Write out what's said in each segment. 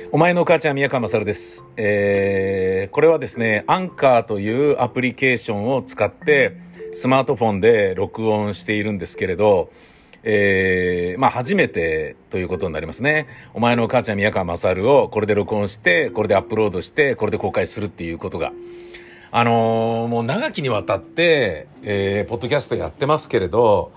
お前の母ちゃん宮川勝です。これはですね、アンカーというアプリケーションを使ってスマートフォンで録音しているんですけれど、初めてということになりますね。お前の母ちゃん宮川勝をこれで録音して、これでアップロードして、これで公開するっていうことが。もう長きにわたって、ポッドキャストやってますけれど、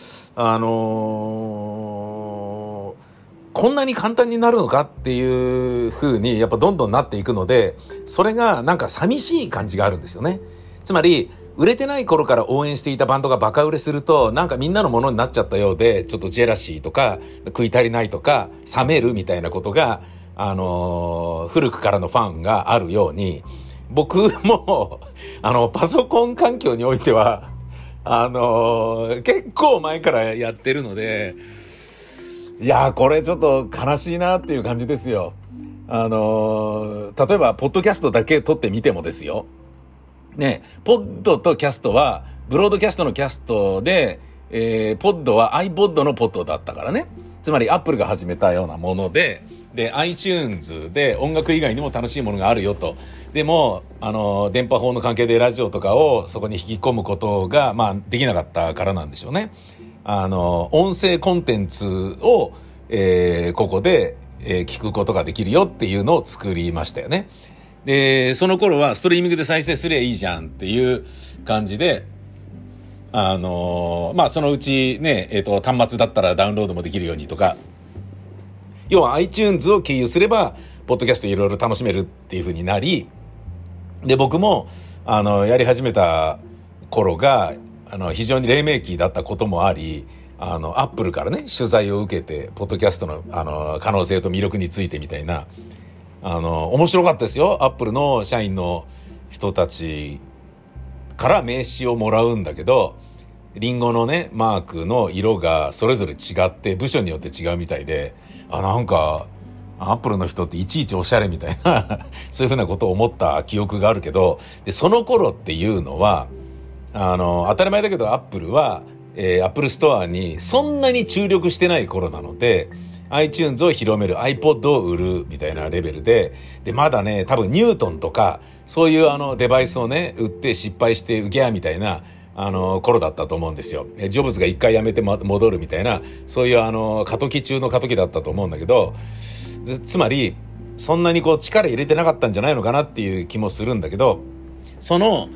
こんなに簡単になるのかっていう風にやっぱどんどんなっていくので、それがなんか寂しい感じがあるんですよね。つまり売れてない頃から応援していたバンドがバカ売れすると、なんかみんなのものになっちゃったようで、ちょっとジェラシーとか食い足りないとか冷めるみたいなことが古くからのファンがあるように、僕もパソコン環境においては結構前からやってるので、いやーこれちょっと悲しいなっていう感じですよ。例えばポッドキャストだけ撮ってみてもですよ。ね、ポッドとキャストはブロードキャストのキャストで、ポッドは iPod のポッドだったからね。つまり Apple が始めたようなもので、iTunes で音楽以外にも楽しいものがあるよと。でも電波法の関係でラジオとかをそこに引き込むことができなかったからなんでしょうね。音声コンテンツを、ここで、聞くことができるよっていうのを作りましたよね。で、その頃はストリーミングで再生すりゃいいじゃんっていう感じで、そのうちね、端末だったらダウンロードもできるようにとか、要は iTunes を経由すれば、ポッドキャストいろいろ楽しめるっていう風になり、で、僕も、やり始めた頃が、非常に黎明期だったこともあり、アップルからね、取材を受けて、ポッドキャストの、可能性と魅力についてみたいな、面白かったですよ。アップルの社員の人たちから名刺をもらうんだけど、リンゴのね、マークの色がそれぞれ違って、部署によって違うみたいで、なんか、アップルの人っていちいちおしゃれみたいな、そういうふうなことを思った記憶があるけど、で、その頃っていうのは、当たり前だけどアップルは、アップルストアにそんなに注力してない頃なので、iTunes を広める iPod を売るみたいなレベルで、まだね、多分ニュートンとか、そういうデバイスをね、売って失敗してウギャーみたいな、頃だったと思うんですよ。ジョブズが一回辞めて戻るみたいな、そういう過渡期中の過渡期だったと思うんだけど、つまり、そんなに力入れてなかったんじゃないのかなっていう気もするんだけど、その、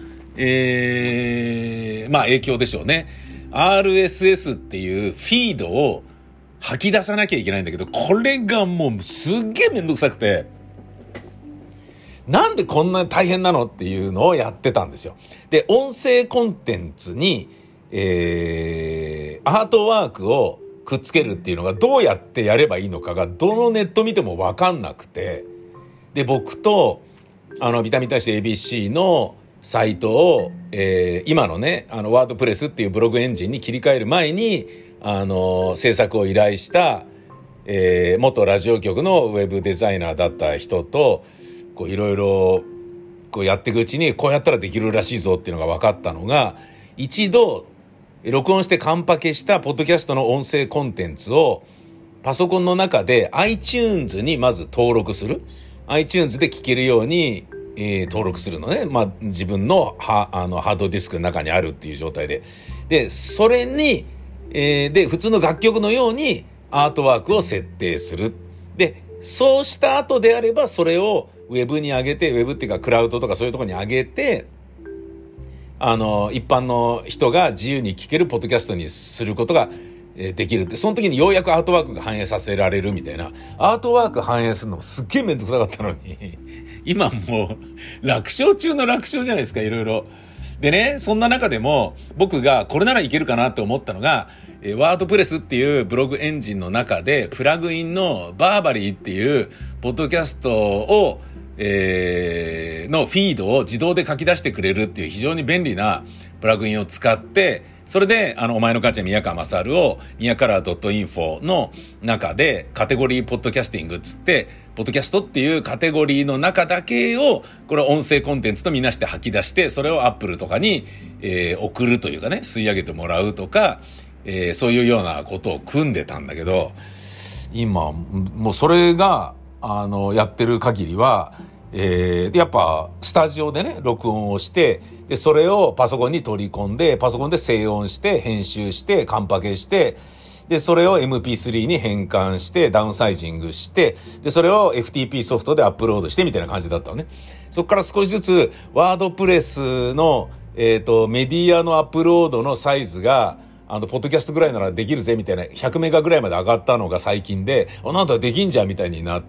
影響でしょうね。RSS っていうフィードを吐き出さなきゃいけないんだけど、これがもうすっげえめんどくさくて、なんでこんなに大変なのっていうのをやってたんですよ。で、音声コンテンツに、アートワークをくっつけるっていうのがどうやってやればいいのかがどのネット見ても分かんなくて、で、僕とビタミン対して ABC のサイトを、今のねワードプレスっていうブログエンジンに切り替える前に制作を依頼した、元ラジオ局のウェブデザイナーだった人といろいろやっていくうちにこうやったらできるらしいぞっていうのが分かったのが、一度録音してカンパケしたポッドキャストの音声コンテンツをパソコンの中で iTunes にまず登録する。iTunes で聴けるように、登録するのね。自分のハードディスクの中にあるっていう状態で。で、それに、で、普通の楽曲のようにアートワークを設定する。で、そうした後であればそれをウェブに上げて、ウェブっていうかクラウドとかそういうところに上げて、一般の人が自由に聴けるポッドキャストにすることができるって、その時にようやくアートワークが反映させられるみたいな。アートワーク反映するのもすっげえめんどくさかったのに今もう楽勝中の楽勝じゃないですか、いろいろ。でね、そんな中でも僕がこれならいけるかなって思ったのが、ワードプレスっていうブログエンジンの中でプラグインのバーバリーっていうポッドキャストをのフィードを自動で書き出してくれるっていう非常に便利なプラグインを使って、それでお前の母ちゃん宮川勝を宮から .info の中でカテゴリーポッドキャスティングっつって、ポッドキャストっていうカテゴリーの中だけをこれ音声コンテンツとみなして吐き出して、それを Apple とかに、送るというかね、吸い上げてもらうとか、そういうようなことを組んでたんだけど、今もうそれがやってる限りは、でやっぱスタジオでね録音をして、でそれをパソコンに取り込んで、パソコンで静音して編集してカンパケして、でそれを MP3 に変換してダウンサイジングして、でそれを FTP ソフトでアップロードしてみたいな感じだったのね。そこから少しずつワードプレスのメディアのアップロードのサイズがポッドキャストぐらいならできるぜみたいな100メガぐらいまで上がったのが最近で、なんだできんじゃんみたいになって、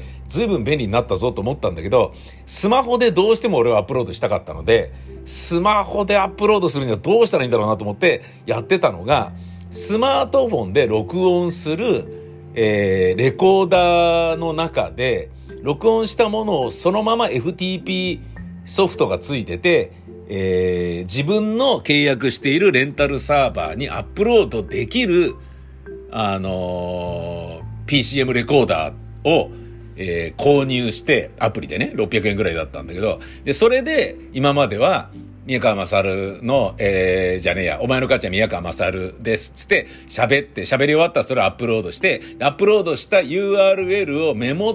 随分便利になったぞと思ったんだけど、スマホでどうしても俺はアップロードしたかったので、スマホでアップロードするにはどうしたらいいんだろうなと思ってやってたのが、スマートフォンで録音する、レコーダーの中で、録音したものをそのまま FTP ソフトがついてて、自分の契約しているレンタルサーバーにアップロードできる、PCM レコーダーを、購入して、アプリでね、600円ぐらいだったんだけど、で、それで今までは、宮川勝の、お前の母ちゃん宮川勝ですつって喋り終わったらそれをアップロードして、アップロードした URL をメモって、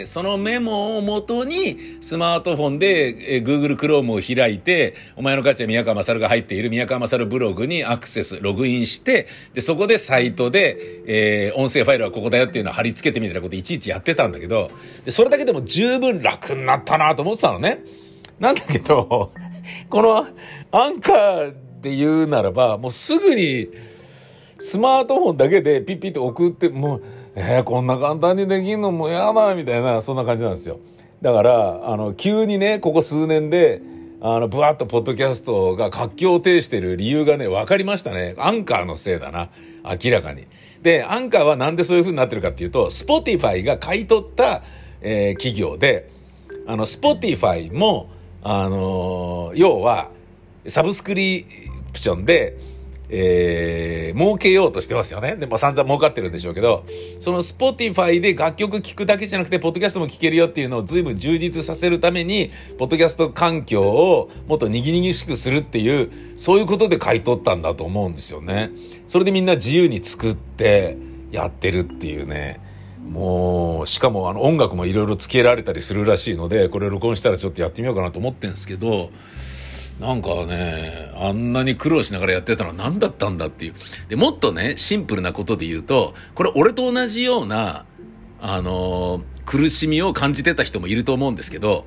そのメモを元にスマートフォンで、Google Chrome を開いて、お前の母ちゃん宮川勝が入っている宮川勝ブログにアクセス、ログインして、で、そこでサイトで、音声ファイルはここだよっていうのを貼り付けてみたいなこといちいちやってたんだけど、でそれだけでも十分楽になったなと思ってたのね。なんだけど、このアンカーで言うならば、もうすぐにスマートフォンだけでピッピッと送って、もう、こんな簡単にできんのもうやだみたいな、そんな感じなんですよ。だから急にね、ここ数年でブワッとポッドキャストが活況を呈してる理由がね、分かりましたね。アンカーのせいだな、明らかに。で、アンカーはなんでそういう風になってるかっていうと、Spotify が買い取った、企業で、Spotify も要はサブスクリプションで、儲けようとしてますよね。でも散々儲かってるんでしょうけど、その Spotify で楽曲聴くだけじゃなくてポッドキャストも聴けるよっていうのを随分充実させるために、ポッドキャスト環境をもっとにぎにぎしくするっていう、そういうことで買い取ったんだと思うんですよね。それでみんな自由に作ってやってるっていうね。もうしかも音楽もいろいろつけられたりするらしいので、これ録音したらちょっとやってみようかなと思ってるんですけど、なんかね、あんなに苦労しながらやってたのは何だったんだっていう。で、もっとね、シンプルなことで言うと、これ俺と同じような苦しみを感じてた人もいると思うんですけど、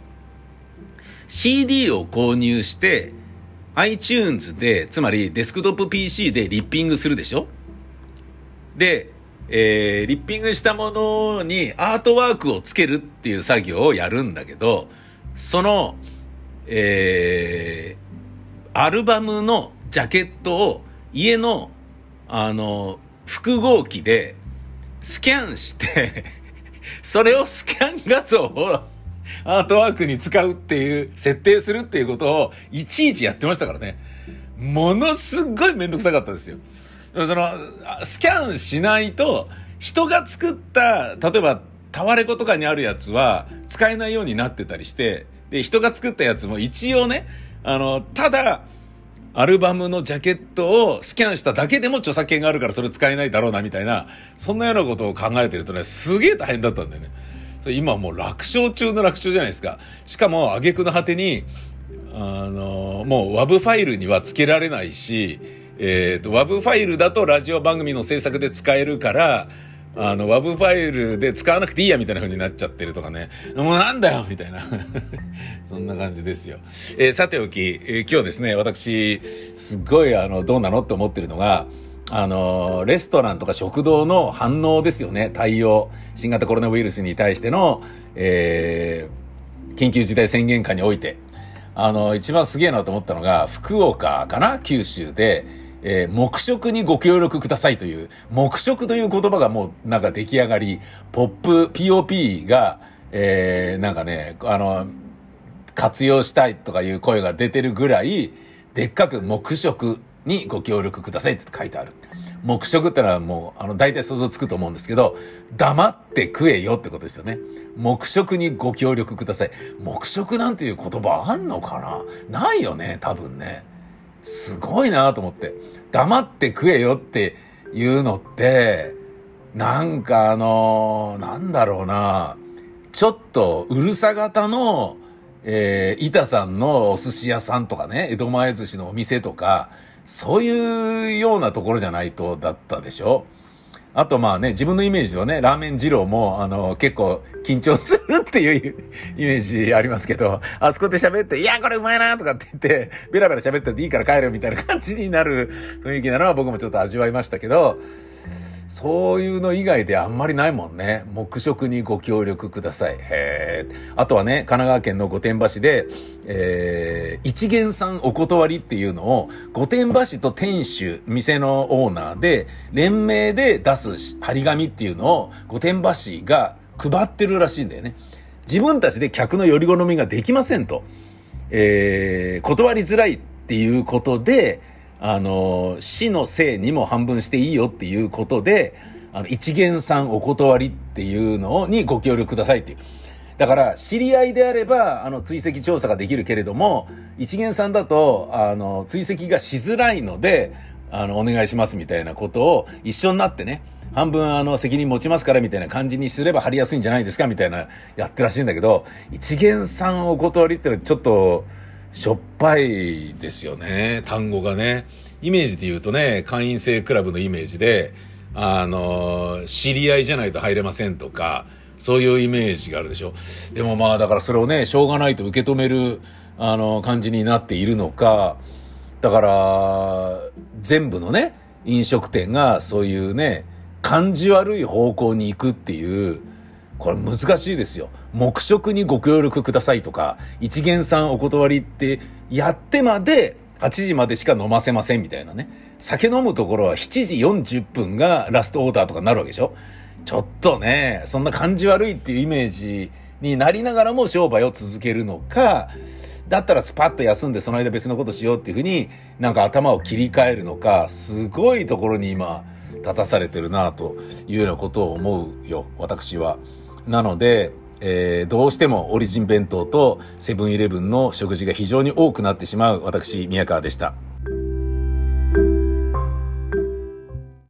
CD を購入して iTunes で、つまりデスクトップ PC でリッピングするでしょ。でリッピングしたものにアートワークをつけるっていう作業をやるんだけど、その、アルバムのジャケットを家の、複合機でスキャンしてそれをスキャン画像をアートワークに使うっていう、設定するっていうことをいちいちやってましたからね。ものすごいめんどくさかったですよ。スキャンしないと、人が作った、例えばタワレコとかにあるやつは使えないようになってたりして、で、人が作ったやつも一応ね、ただアルバムのジャケットをスキャンしただけでも著作権があるからそれ使えないだろうなみたいな、そんなようなことを考えてるとね、すげえ大変だったんだよね。今もう楽勝中の楽勝じゃないですか。しかも挙句の果てにもう WAV ファイルにはつけられないし、WAV ファイルだとラジオ番組の制作で使えるから、WAV ファイルで使わなくていいやみたいな風になっちゃってるとかね。もうなんだよみたいな。そんな感じですよ。さておき、今日ですね、私、すっごいどうなのって思ってるのが、レストランとか食堂の反応ですよね。対応。新型コロナウイルスに対しての、緊急事態宣言下において。一番すげえなと思ったのが、福岡かな、九州で、黙食にご協力くださいという、黙食という言葉がもうなんか出来上がり、POP が、なんかね、活用したいとかいう声が出てるぐらい、でっかく黙食にご協力くださいって書いてある。黙食ってのはもう、大体想像つくと思うんですけど、黙って食えよってことですよね。黙食にご協力ください。黙食なんていう言葉あんのかな？ないよね、多分ね。すごいなと思って。黙って食えよっていうのって、なんかなんだろうな、 ちょっとうるさ型の、板さんのお寿司屋さんとかね、江戸前寿司のお店とか、そういうようなところじゃないとだったでしょ。あとまあね、自分のイメージはね、ラーメン二郎も、結構緊張するっていうイメージありますけど、あそこで喋って、いや、これうまいなとかって言って、ベラベラ喋ってていいから帰るみたいな感じになる雰囲気なのは僕もちょっと味わいましたけど、そういうの以外であんまりないもんね。黙食にご協力ください。あとはね、神奈川県の御殿場市で、一元さんお断りっていうのを、御殿場市と店主、店のオーナーで、連名で出す張り紙っていうのを、御殿場市が配ってるらしいんだよね。自分たちで客のより好みができませんと。断りづらいっていうことで、市のせいにも半分していいよっていうことで、一元さんお断りっていうのにご協力くださいっていう。だから、知り合いであれば、追跡調査ができるけれども、一元さんだと、追跡がしづらいので、お願いしますみたいなことを一緒になってね、半分責任持ちますからみたいな感じにすれば貼りやすいんじゃないですかみたいなやってらしいんだけど、一元さんお断りってのはちょっと、しょっぱいですよね、単語がね。イメージで言うとね、会員制クラブのイメージで、知り合いじゃないと入れませんとか、そういうイメージがあるでしょ。でもまあだからそれをね、しょうがないと受け止める、感じになっているのか、だから、全部のね、飲食店がそういうね、感じ悪い方向に行くっていう、これ難しいですよ。黙食にご協力くださいとか、一元さんお断りってやってまで8時までしか飲ませませんみたいなね。酒飲むところは7時40分がラストオーダーとかになるわけでしょ。ちょっとね、そんな感じ悪いっていうイメージになりながらも商売を続けるのか、だったらスパッと休んでその間別のことしようっていうふうになんか頭を切り替えるのか、すごいところに今立たされてるなというようなことを思うよ、私は。なので、どうしてもオリジン弁当とセブンイレブンの食事が非常に多くなってしまう私、宮川でした。